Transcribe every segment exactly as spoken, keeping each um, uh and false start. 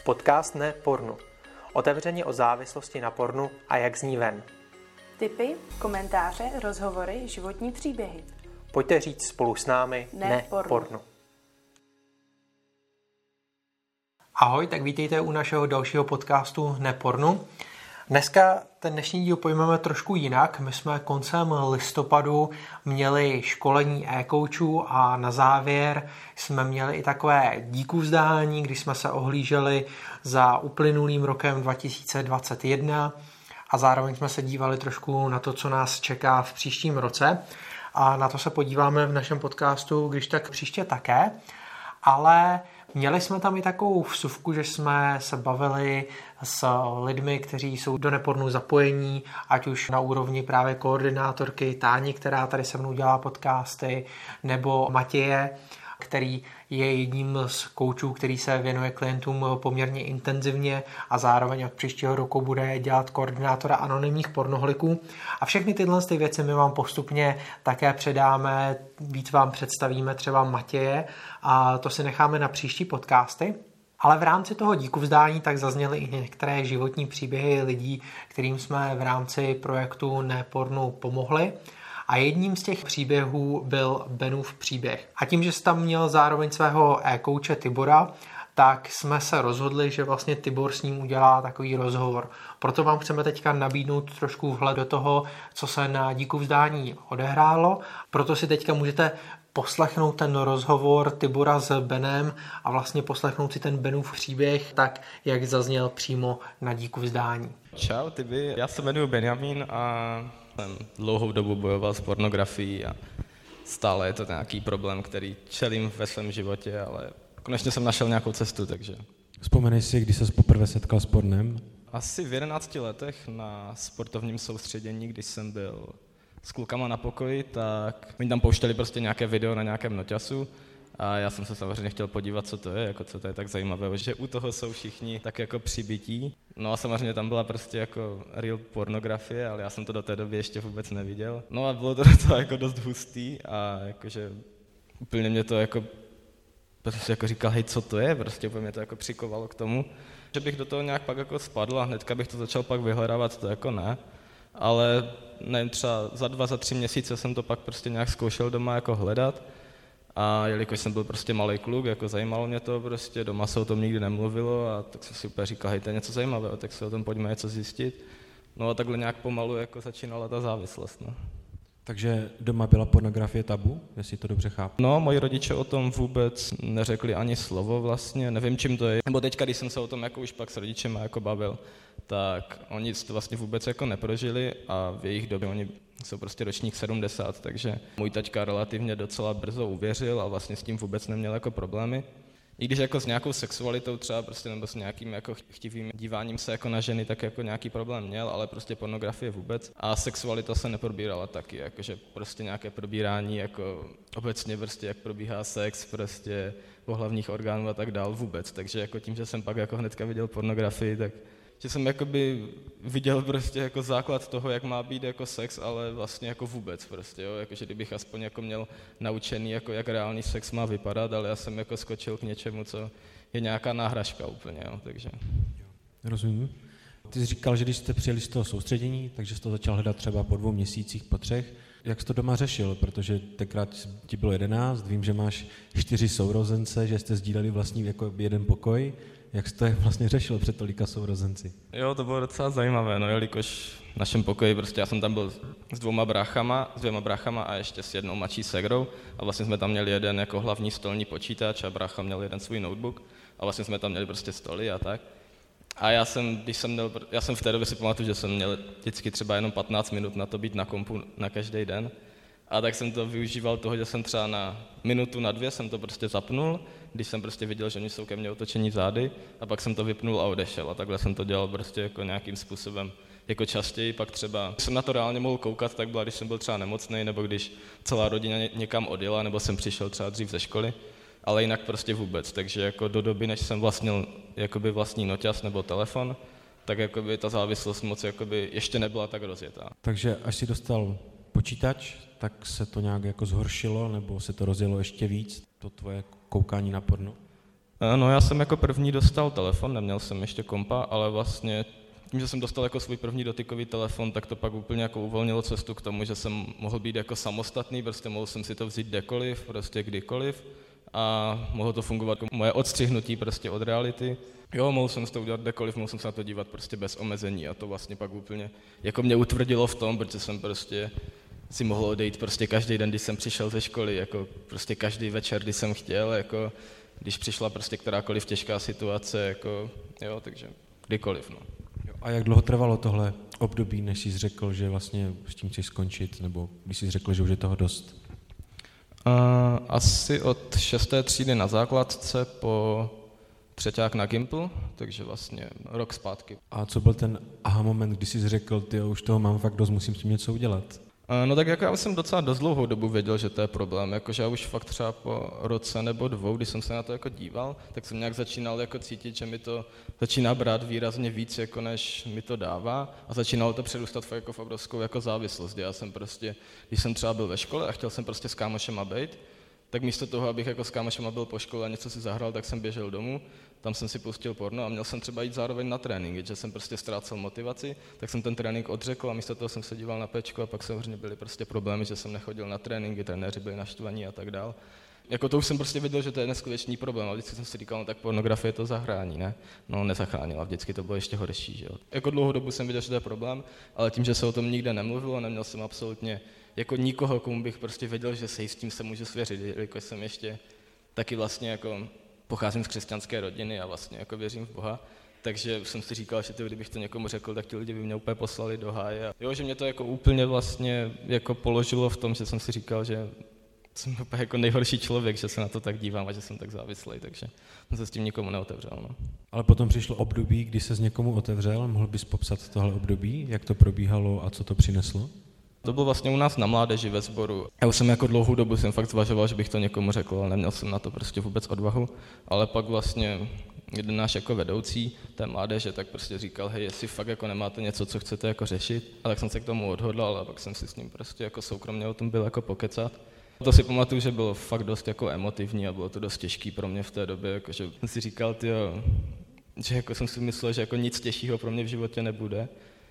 Podcast Ne pornu. Otevřeně o závislosti na pornu a jak z ní ven. Tipy, komentáře, rozhovory, životní příběhy. Pojďte říct spolu s námi Ne, ne pornu. pornu. Ahoj, tak vítejte u našeho dalšího podcastu Ne pornu. Dneska ten dnešní díl pojmeme trošku jinak. My jsme koncem listopadu měli školení e-coachů a na závěr jsme měli i takové díkuvzdání, když jsme se ohlíželi za uplynulým rokem dva tisíce dvacet jedna a zároveň jsme se dívali trošku na to, co nás čeká v příštím roce. A na to se podíváme v našem podcastu, když tak příště také. Ale měli jsme tam i takovou vsuvku, že jsme se bavili s lidmi, kteří jsou do nepornu zapojení, ať už na úrovni právě koordinátorky Táni, která tady se mnou dělá podcasty, nebo Matěje, který je jedním z koučů, který se věnuje klientům poměrně intenzivně a zároveň od příštího roku bude dělat koordinátora anonymních pornoholiků. A všechny tyhle ty věci my vám postupně také předáme, víc vám představíme třeba Matěje a to si necháme na příští podcasty. Ale v rámci toho díkuvzdání tak zazněly i některé životní příběhy lidí, kterým jsme v rámci projektu Ne pornu pomohli. A jedním z těch příběhů byl Benův příběh. A tím, že jsi tam měl zároveň svého e-kouče Tibora, tak jsme se rozhodli, že vlastně Tibor s ním udělá takový rozhovor. Proto vám chceme teďka nabídnout trošku vhled do toho, co se na díkuvzdání odehrálo. Proto si teďka můžete poslechnout ten rozhovor Tibora s Benem a vlastně poslechnout si ten Benův příběh tak, jak zazněl přímo na díkuvzdání. Čau, Tibi, já se jmenuji Benjamin a jsem dlouhou dobu bojoval s pornografií a stále je to nějaký problém, který čelím ve svém životě, ale konečně jsem našel nějakou cestu, takže... Vzpomeneš si, kdy ses poprvé setkal s pornem? Asi v jedenácti letech na sportovním soustředění, když jsem byl s klukama na pokoji, tak mi tam pouštěli prostě nějaké video na nějakém noťasu a já jsem se samozřejmě chtěl podívat, co to je, jako co to je tak zajímavé, že u toho jsou všichni tak jako přibytí. No a samozřejmě tam byla prostě jako real pornografie, ale já jsem to do té doby ještě vůbec neviděl. No a bylo to, to jako dost hustý a jakože úplně mě to jako prostě jako říkal, hej, co to je, prostě úplně mě to jako přikovalo k tomu, že bych do toho nějak pak jako spadl a hnedka bych to začal pak vyhledávat, to jako ne. Ale nevím, třeba za dva, za tři měsíce jsem to pak prostě nějak zkoušel doma jako hledat a jelikož jsem byl prostě malej kluk, jako zajímalo mě to prostě, doma se o tom nikdy nemluvilo a tak jsem si úplně říkal, hej, to je něco zajímavého, tak se o tom pojďme něco zjistit. No a takhle nějak pomalu jako začínala ta závislost, no. Takže doma byla pornografie tabu, jestli to dobře chápu? No, moji rodiče o tom vůbec neřekli ani slovo vlastně, nevím, čím to je. Nebo teďka, když jsem se o tom jako už pak s rodičema jako bavil, tak oni to vlastně vůbec jako neprožili a v jejich době oni jsou prostě ročník sedmdesát, takže můj taťka relativně docela brzo uvěřil a vlastně s tím vůbec neměl jako problémy. I když jako s nějakou sexualitou třeba prostě nebo s nějakým jako chtivým díváním se jako na ženy, tak jako nějaký problém měl, ale prostě pornografie vůbec. A sexualita se neprobírala taky, jakože prostě nějaké probírání jako obecně prostě jak probíhá sex, prostě pohlavních orgánů a tak dál vůbec. Takže jako tím, že jsem pak jako hnedka viděl pornografii, tak že jsem jakoby viděl prostě jako základ toho, jak má být jako sex, ale vlastně jako vůbec prostě, jo, jakože kdybych aspoň jako měl naučený, jako jak reálný sex má vypadat, ale já jsem jako skočil k něčemu, co je nějaká náhražka úplně, jo, takže. Rozumím. Ty jsi říkal, že když jste přijeli z toho soustředění, takže jsi to začal hledat třeba po dvou měsících, po třech. Jak jsi to doma řešil? Protože tenkrát ti bylo jedenáct, vím, že máš čtyři sourozence, že jste sdíleli vlastně jako jeden pokoj. Jak jsi to vlastně řešil před tolika sourozenci? Jo, to bylo docela zajímavé, no jelikož v našem pokoji prostě já jsem tam byl s dvěma bráchama, s dvěma bráchama a ještě s jednou mladší ségrou a vlastně jsme tam měli jeden jako hlavní stolní počítač a brácha měl jeden svůj notebook a vlastně jsme tam měli prostě stoly a tak. A já jsem, když jsem měl, já jsem v té době si pamatuju, že jsem měl vždycky třeba jenom patnáct minut na to být na kompu na každý den. A tak jsem to využíval toho, že jsem třeba na minutu, na dvě jsem to prostě zapnul, když jsem prostě viděl, že oni jsou ke mně otočení zády a pak jsem to vypnul a odešel. A takhle jsem to dělal prostě jako nějakým způsobem jako častěji. Pak třeba, když jsem na to reálně mohl koukat, tak byla, když jsem byl třeba nemocný, nebo když celá rodina někam odjela, nebo jsem přišel třeba dřív ze školy, ale jinak prostě vůbec. Takže jako do doby, než jsem vlastnil jakoby vlastní noťas nebo telefon, tak jakoby ta závislost moc jakoby ještě nebyla tak rozjetá. Takže až si dostal počítač, tak se to nějak jako zhoršilo, nebo se to rozjelo ještě víc, to tvoje koukání na porno? No já jsem jako první dostal telefon, neměl jsem ještě kompa, ale vlastně tím, že jsem dostal jako svůj první dotykový telefon, tak to pak úplně jako uvolnilo cestu k tomu, že jsem mohl být jako samostatný, prostě mohl jsem si to vzít kdekoliv, prostě kdykoliv a mohlo to fungovat jako moje odstřihnutí prostě od reality. Jo, mohl jsem to udělat kdekoliv, mohl jsem se na to dívat prostě bez omezení a to vlastně pak úplně jako mě utvrdilo v tom, protože jsem prostě si mohl odejít prostě každý den, když jsem přišel ze školy, jako prostě každý večer, když jsem chtěl, jako když přišla prostě kterákoliv těžká situace, jako jo, takže kdykoliv, no. A jak dlouho trvalo tohle období, než jsi řekl, že vlastně s tím chceš skončit, nebo když jsi řekl, že už je toho dost? Uh, asi od šesté třídy na základce po třeťák na Gimpl, takže vlastně rok zpátky. A co byl ten aha moment, kdy jsi řekl, ty už toho mám fakt dost, musím s tím něco udělat? No tak jako já jsem docela dost dlouhou dobu věděl, že to je problém, jakože já už fakt třeba po roce nebo dvou, když jsem se na to jako díval, tak jsem nějak začínal jako cítit, že mi to začíná brát výrazně víc, jako než mi to dává a začínalo to přerůstat fakt jako v obrovskou jako závislost. Já jsem prostě, když jsem třeba byl ve škole a chtěl jsem prostě s kámošema bejt, tak místo toho, abych jako s kámošema byl po škole a něco si zahrál, tak jsem běžel domů, tam jsem si pustil porno a měl jsem třeba jít zároveň na trénink, že jsem prostě ztrácel motivaci, tak jsem ten trénink odřekl a místo toho jsem se díval na Péčko a pak samozřejmě byly prostě problémy, že jsem nechodil na tréninky, trenéři byli naštvaní a tak dál. Jako to už jsem prostě viděl, že to je neskutečný problém, a vždycky jsem si říkal, no tak pornografie to zachrání, ne? No nezachránila, vždycky to bylo ještě horší, že jo. Jako dlouhou dobu jsem viděl, že to je problém, ale tím, že se o tom nikde nemluvilo, neměl jsem absolutně jako nikoho, komu bych prostě věděl, že se s tím se můžu svěřit, jelikož jsem ještě taky vlastně jako pocházím z křesťanské rodiny a vlastně jako věřím v Boha, takže jsem si říkal, že ty, kdybych to někomu řekl, tak ti lidi by mě úplně poslali do háje. Jo, že mě to jako úplně vlastně jako položilo v tom, že jsem si říkal, že jsem úplně jako nejhorší člověk, že se na to tak dívám a že jsem tak závislý, takže jsem se s tím nikomu neotevřel. No. Ale potom přišlo období, kdy se s někomu otevřel, mohl bys popsat tohle období, jak to probíhalo a co to přineslo? To bylo vlastně u nás na mládeži ve sboru. Já už jsem jako dlouhou dobu jsem fakt zvažoval, že bych to někomu řekl, ale neměl jsem na to prostě vůbec odvahu. Ale pak vlastně jeden náš jako vedoucí té mládeže tak prostě říkal, hej, jestli fakt jako nemáte něco, co chcete jako řešit. A tak jsem se k tomu odhodlal a pak jsem si s ním prostě jako soukromně o tom byl jako pokecat. To si pamatuju, že bylo fakt dost jako emotivní a bylo to dost těžký pro mě v té době, jakože jsem si říkal, tyjo, že jako jsem si myslel, že jako nic těžšího pro mě v životě nebude.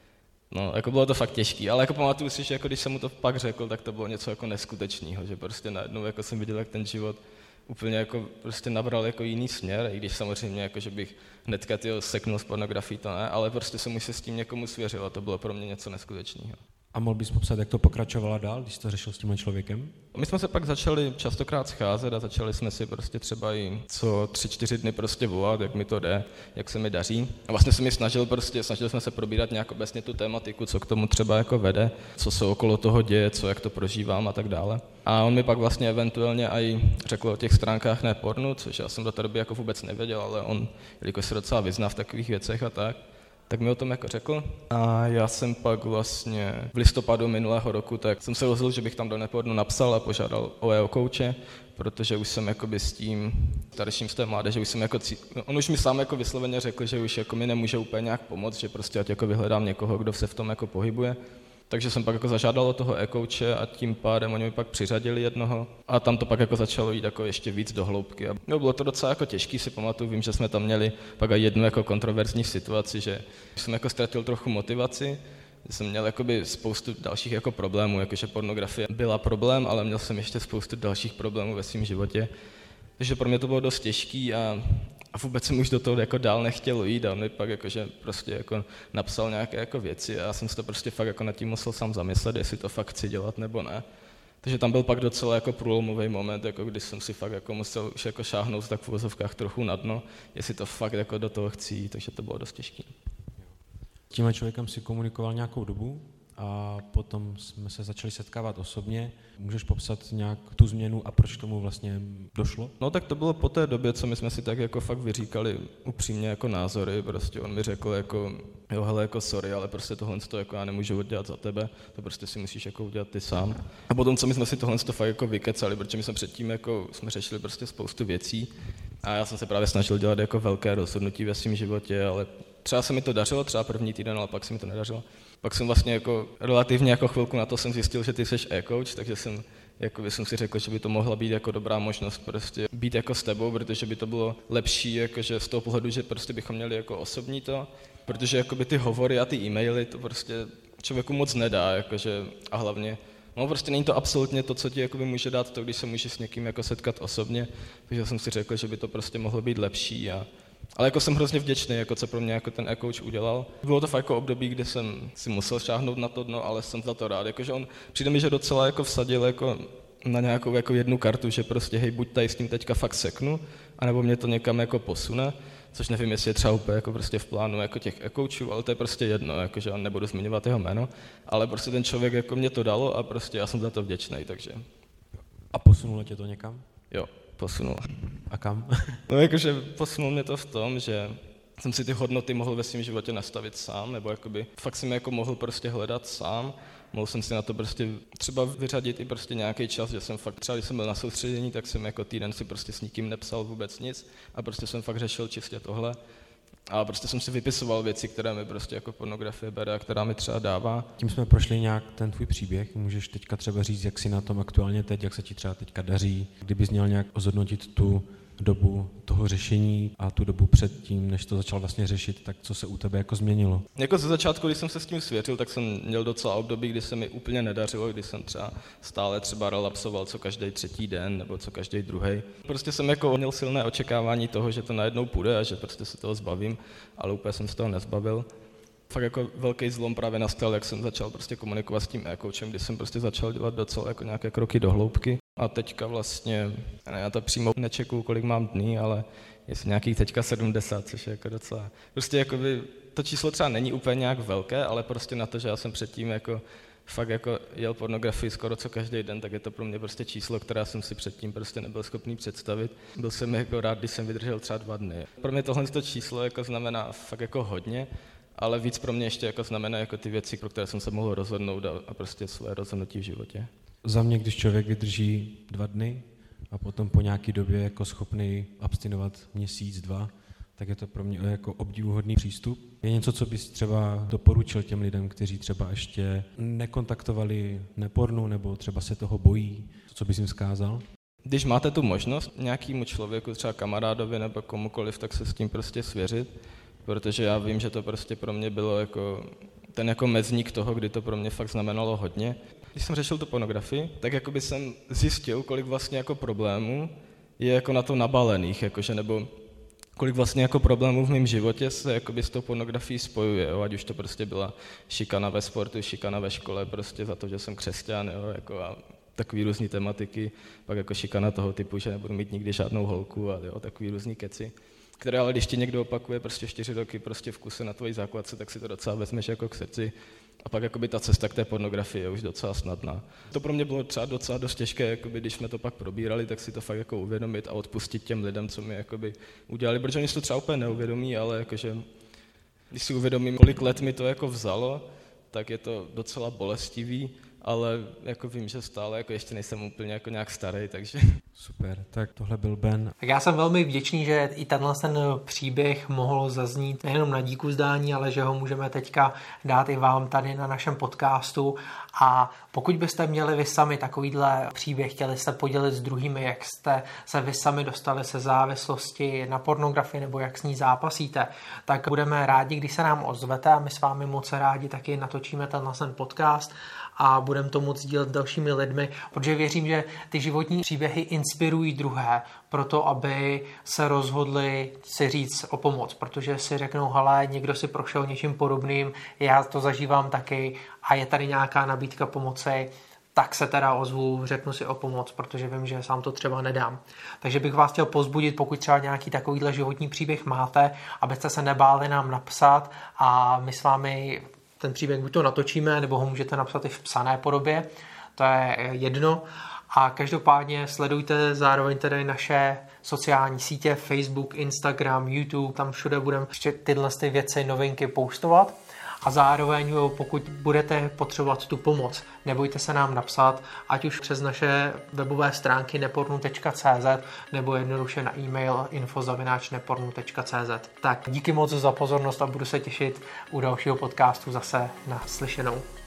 No, jako bylo to fakt těžký, ale jako pamatuju si, že jako když jsem mu to pak řekl, tak to bylo něco jako neskutečného, že prostě najednou jako jsem viděl, jak ten život úplně jako prostě nabral jako jiný směr, i když samozřejmě jako, že bych hnedka tyho seknul s pornografií, to ne, ale prostě jsem už se s tím někomu svěřil a to bylo pro mě něco neskutečného. A mohl bys popsat, jak to pokračovalo dál, když jsi to řešil s tímhle člověkem? My jsme se pak začali častokrát scházet a začali jsme si prostě třeba i co tři, čtyři dny prostě volat, jak mi to jde, jak se mi daří. A vlastně jsem mi snažil prostě, snažili jsme se probírat nějak obecně tu tématiku, co k tomu třeba jako vede, co se okolo toho děje, co jak to prožívám a tak dále. A on mi pak vlastně eventuálně i řekl o těch stránkách ne pornu, což já jsem do té doby jako vůbec nevěděl, ale on, jelikož se docela vyzná v takových věcech a tak, tak mi o tom jako řekl. A já jsem pak vlastně v listopadu minulého roku, tak jsem se rozhodl, že bych tam do nepornu napsal a požádal o E O kouče, protože už jsem jakoby s tím starším z té mládeže, už jsem jako cí... on už mi sám jako vysloveně řekl, že už jako mi nemůže úplně nějak pomoct, že prostě ať jako vyhledám někoho, kdo se v tom jako pohybuje. Takže jsem pak jako zažádal o toho e-kouče a tím pádem oni mi pak přiřadili jednoho a tam to pak jako začalo jít jako ještě víc do hloubky. A no, bylo to docela jako těžký, si pamatuju, vím, že jsme tam měli pak i jednu jako kontroverzní situaci, že jsem jako ztratil trochu motivaci, že jsem měl jakoby spoustu dalších jako problémů, jakože pornografie byla problém, ale měl jsem ještě spoustu dalších problémů ve svém životě. Takže pro mě to bylo dost těžký a A vůbec jsem už do toho jako dál nechtěl jít a on mi pak jakože prostě jako napsal nějaké jako věci a já jsem si to prostě fakt jako nad tím musel sám zamyslet, jestli to fakt chci dělat nebo ne. Takže tam byl pak docela jako průlomový moment, jako když jsem si fakt jako musel už jako šáhnout tak v uvozovkách trochu na dno, jestli to fakt jako do toho chci jít, takže to bylo dost těžké. S tímhle člověkem si komunikoval nějakou dobu a potom jsme se začali setkávat osobně. Můžeš popsat nějak tu změnu a proč tomu vlastně došlo? No tak to bylo po té době, co my jsme si tak jako fakt vyříkali upřímně jako názory, prostě on mi řekl jako, jo hele jako sorry, ale prostě tohle to jako já nemůžu udělat za tebe, to prostě si musíš jako udělat ty sám. A potom, co my jsme si tohle to fakt jako vykecali, protože my jsme předtím jako jsme řešili prostě spoustu věcí a já jsem se právě snažil dělat jako velké rozhodnutí ve svém životě, ale třeba se mi to dařilo, třeba první týden, ale pak se mi to nedařilo. Pak jsem vlastně jako relativně jako chvilku na to jsem zjistil, že ty jsi e-coach, takže jsem Jako jsem si řekl, že by to mohla být jako dobrá možnost prostě být jako s tebou, protože by to bylo lepší jakože z toho pohledu, že prostě bychom měli jako osobní to, protože jakoby ty hovory a ty e-maily to prostě člověku moc nedá, jakože a hlavně no prostě není to absolutně to, co ti jakoby může dát to, když se můžeš s někým jako setkat osobně, takže jsem si řekl, že by to prostě mohlo být lepší a ale jako jsem hrozně vděčný, jako co pro mě jako ten e-coach udělal. Bylo to fakt jako období, kdy jsem si musel šáhnout na to dno, ale jsem za to rád. Jakože on přijde mi, že docela jako vsadil jako na nějakou jako jednu kartu, že prostě hej, buď tady s tím teďka fakt seknu, anebo mě to někam jako posune, což nevím, jestli je třeba úplně jako prostě v plánu jako těch e-coachů, ale to je prostě jedno, jakože nebudu zmiňovat jeho jméno, ale prostě ten člověk jako mě to dalo a prostě já jsem za to vděčný, takže. A posunulo tě to někam? Jo. Posunul. A kam? No jakože posunul mě to v tom, že jsem si ty hodnoty mohl ve svém životě nastavit sám, nebo jakoby fakt jsem jako mohl prostě hledat sám. Mohl jsem si na to prostě třeba vyřadit i prostě nějaký čas, že jsem fakt, třeba když jsem byl na soustředění, tak jsem jako týden si prostě s nikým nepsal vůbec nic a prostě jsem fakt řešil čistě tohle. A prostě jsem si vypisoval věci, které mi prostě jako pornografie bere a která mi třeba dává. Tím jsme prošli nějak ten tvůj příběh. Můžeš teďka třeba říct, jak jsi na tom aktuálně teď, jak se ti třeba teďka daří, kdybys měl nějak zhodnotit tu dobu toho řešení a tu dobu předtím, než to začal vlastně řešit, tak co se u tebe jako změnilo? Jako ze začátku, když jsem se s tím svěřil, tak jsem měl docela období, kdy se mi úplně nedařilo, kdy jsem třeba stále třeba relapsoval co každý třetí den nebo co každý druhý. Prostě jsem jako měl silné očekávání toho, že to najednou půjde a že prostě se toho zbavím, ale úplně jsem z toho nezbavil. Fakt jako velký zlom právě nastal, jak jsem začal prostě komunikovat s tím e-coachem, kdy jsem prostě začal dělat docela jako nějaké kroky do hloubky. A teďka vlastně, ne, já to přímo nečekuju, kolik mám dní, ale jestli nějakých teďka sedmdesát, což je jako docela. Prostě jakoby, to číslo třeba není úplně nějak velké, ale prostě na to, že já jsem předtím jako fakt jako jel pornografii skoro co každý den, tak je to pro mě prostě číslo, které jsem si předtím prostě nebyl schopný představit. Byl jsem jako rád, když jsem vydržel třeba dva dny. Pro mě tohle to číslo jako znamená fakt jako hodně, ale víc pro mě ještě jako znamená jako ty věci, pro které jsem se mohl rozhodnout a, a prostě své rozhodnutí v životě. Za mě, když člověk vydrží dva dny a potom po nějaké době jako schopný abstinovat měsíc, dva, tak je to pro mě jako obdivuhodný přístup. Je něco, co bys třeba doporučil těm lidem, kteří třeba ještě nekontaktovali nepornu nebo třeba se toho bojí, co bys jim vzkázal? Když máte tu možnost nějakému člověku, třeba kamarádovi nebo komukoliv, tak se s tím prostě svěřit, protože já vím, že to prostě pro mě bylo jako ten jako mezník toho, kdy to pro mě fakt znamenalo hodně. Když jsem řešil tu pornografii, tak jakoby jsem zjistil, kolik vlastně jako problémů je jako na to nabalených, jakože, nebo kolik vlastně jako problémů v mém životě se jakoby s tou pornografií spojuje, jo? Ať už to prostě byla šikana ve sportu, šikana ve škole, prostě za to, že jsem křesťan, jo? Jako a takový různý tematiky, pak jako šikana toho typu, že nebudu mít nikdy žádnou holku a jo? Takový různý keci, které ale když ti někdo opakuje prostě čtyři roky prostě v kuse na tvojí základce, tak si to docela vezmeš jako k srdci. A pak jakoby ta cesta k té pornografii je už docela snadná. To pro mě bylo třeba docela dost těžké, jakoby, když jsme to pak probírali, tak si to fakt jako uvědomit a odpustit těm lidem, co mi jakoby udělali, protože oni si to třeba úplně neuvědomí, ale jakože, když si uvědomím, kolik let mi to jako vzalo, tak je to docela bolestivý, ale jako vím, že stále jako ještě nejsem úplně jako nějak starý, takže... Super, tak tohle byl Ben. Tak já jsem velmi vděčný, že i tenhle ten příběh mohl zaznít nejenom na díku zdání, ale že ho můžeme teďka dát i vám tady na našem podcastu. A pokud byste měli vy sami takovýhle příběh, chtěli se podělit s druhými, jak jste se vy sami dostali se závislosti na pornografii nebo jak s ní zápasíte, tak budeme rádi, když se nám ozvete a my s vámi moc rádi taky natočíme tenhle ten podcast a budeme to moc sdílet s dalšími lidmi, protože věřím, že ty životní příběhy inspirují druhé proto, aby se rozhodli si říct o pomoc, protože si řeknou, hele, někdo si prošel něčím podobným, já to zažívám taky a je tady nějaká nabídka pomoci, tak se teda ozvu, řeknu si o pomoc, protože vím, že sám to třeba nedám. Takže bych vás chtěl povzbudit, pokud třeba nějaký takovýhle životní příběh máte, abyste se nebáli nám napsat a my s vámi ten příběh buď to natočíme, nebo ho můžete napsat i v psané podobě, to je jedno. A každopádně sledujte zároveň tedy naše sociální sítě, Facebook, Instagram, YouTube, tam všude budeme ještě tyhle ty věci, novinky postovat. A zároveň, pokud budete potřebovat tu pomoc, nebojte se nám napsat, ať už přes naše webové stránky nepornu tečka cé zet nebo jednoduše na e-mail info zavináč nepornu tečka cé zet. Tak díky moc za pozornost a budu se těšit u dalšího podcastu zase na slyšenou.